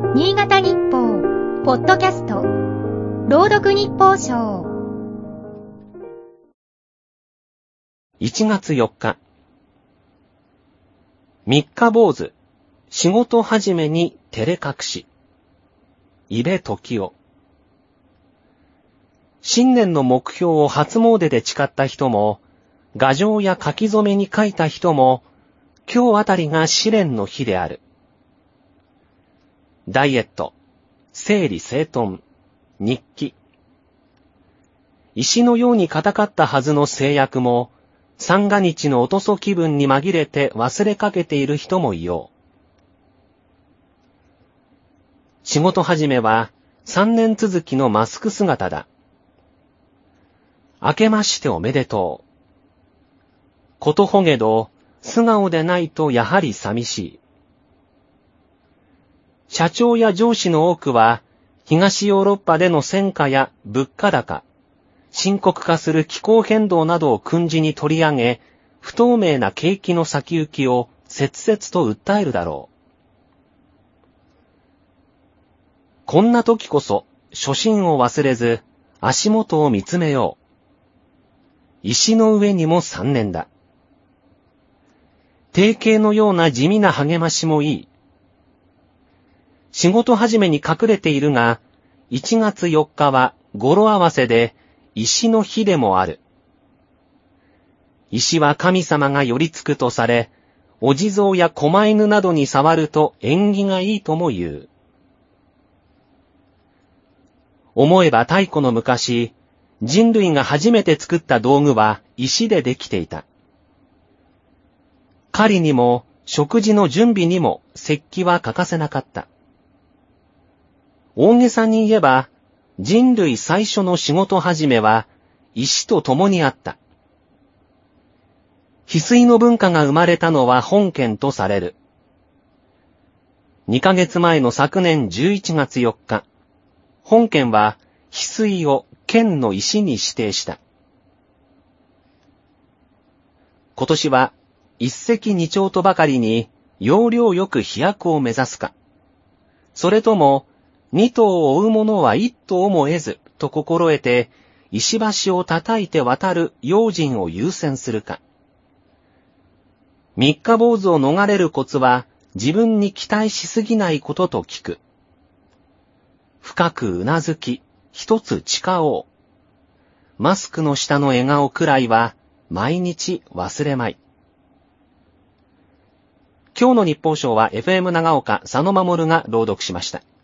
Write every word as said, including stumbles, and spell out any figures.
新潟日報ポッドキャスト朗読日報賞いちがつよっか、三日坊主、仕事始めに照れ隠し。伊部時雄。新年の目標を初詣で誓った人も、画上や書き初めに書いた人も、今日あたりが試練の日である。ダイエット、整理整頓、日記。石のように硬かったはずの制約も、三が日のおとそ気分に紛れて忘れかけている人もいよう。仕事始めは三年続きのマスク姿だ。明けましておめでとう。ことほげど、素顔でないとやはり寂しい。社長や上司の多くは、東ヨーロッパでの戦火や物価高、深刻化する気候変動などを訓示に取り上げ、不透明な景気の先行きを切々と訴えるだろう。こんな時こそ、初心を忘れず、足元を見つめよう。石の上にも三年だ。定型のような地味な励ましもいい。仕事始めに隠れているが、いちがつよっかは語呂合わせで石の日でもある。石は神様が寄りつくとされ、お地蔵や狛犬などに触ると縁起がいいとも言う。思えば太古の昔、人類が初めて作った道具は石でできていた。狩りにも食事の準備にも石器は欠かせなかった。大げさに言えば、人類最初の仕事始めは石と共にあった。翡翠の文化が生まれたのは本件とされる。にかげつまえの昨年じゅういちがつよっか、本件は翡翠を県の石に指定した。今年は一石二鳥とばかりに要領よく飛躍を目指すか、それとも二頭を追う者は一頭も得ずと心得て石橋を叩いて渡る用心を優先するか。三日坊主を逃れるコツは自分に期待しすぎないことと聞く。深くうなずき、一つ誓おう。マスクの下の笑顔くらいは毎日忘れまい。今日の日報賞は エフエム 長岡佐野守が朗読しました。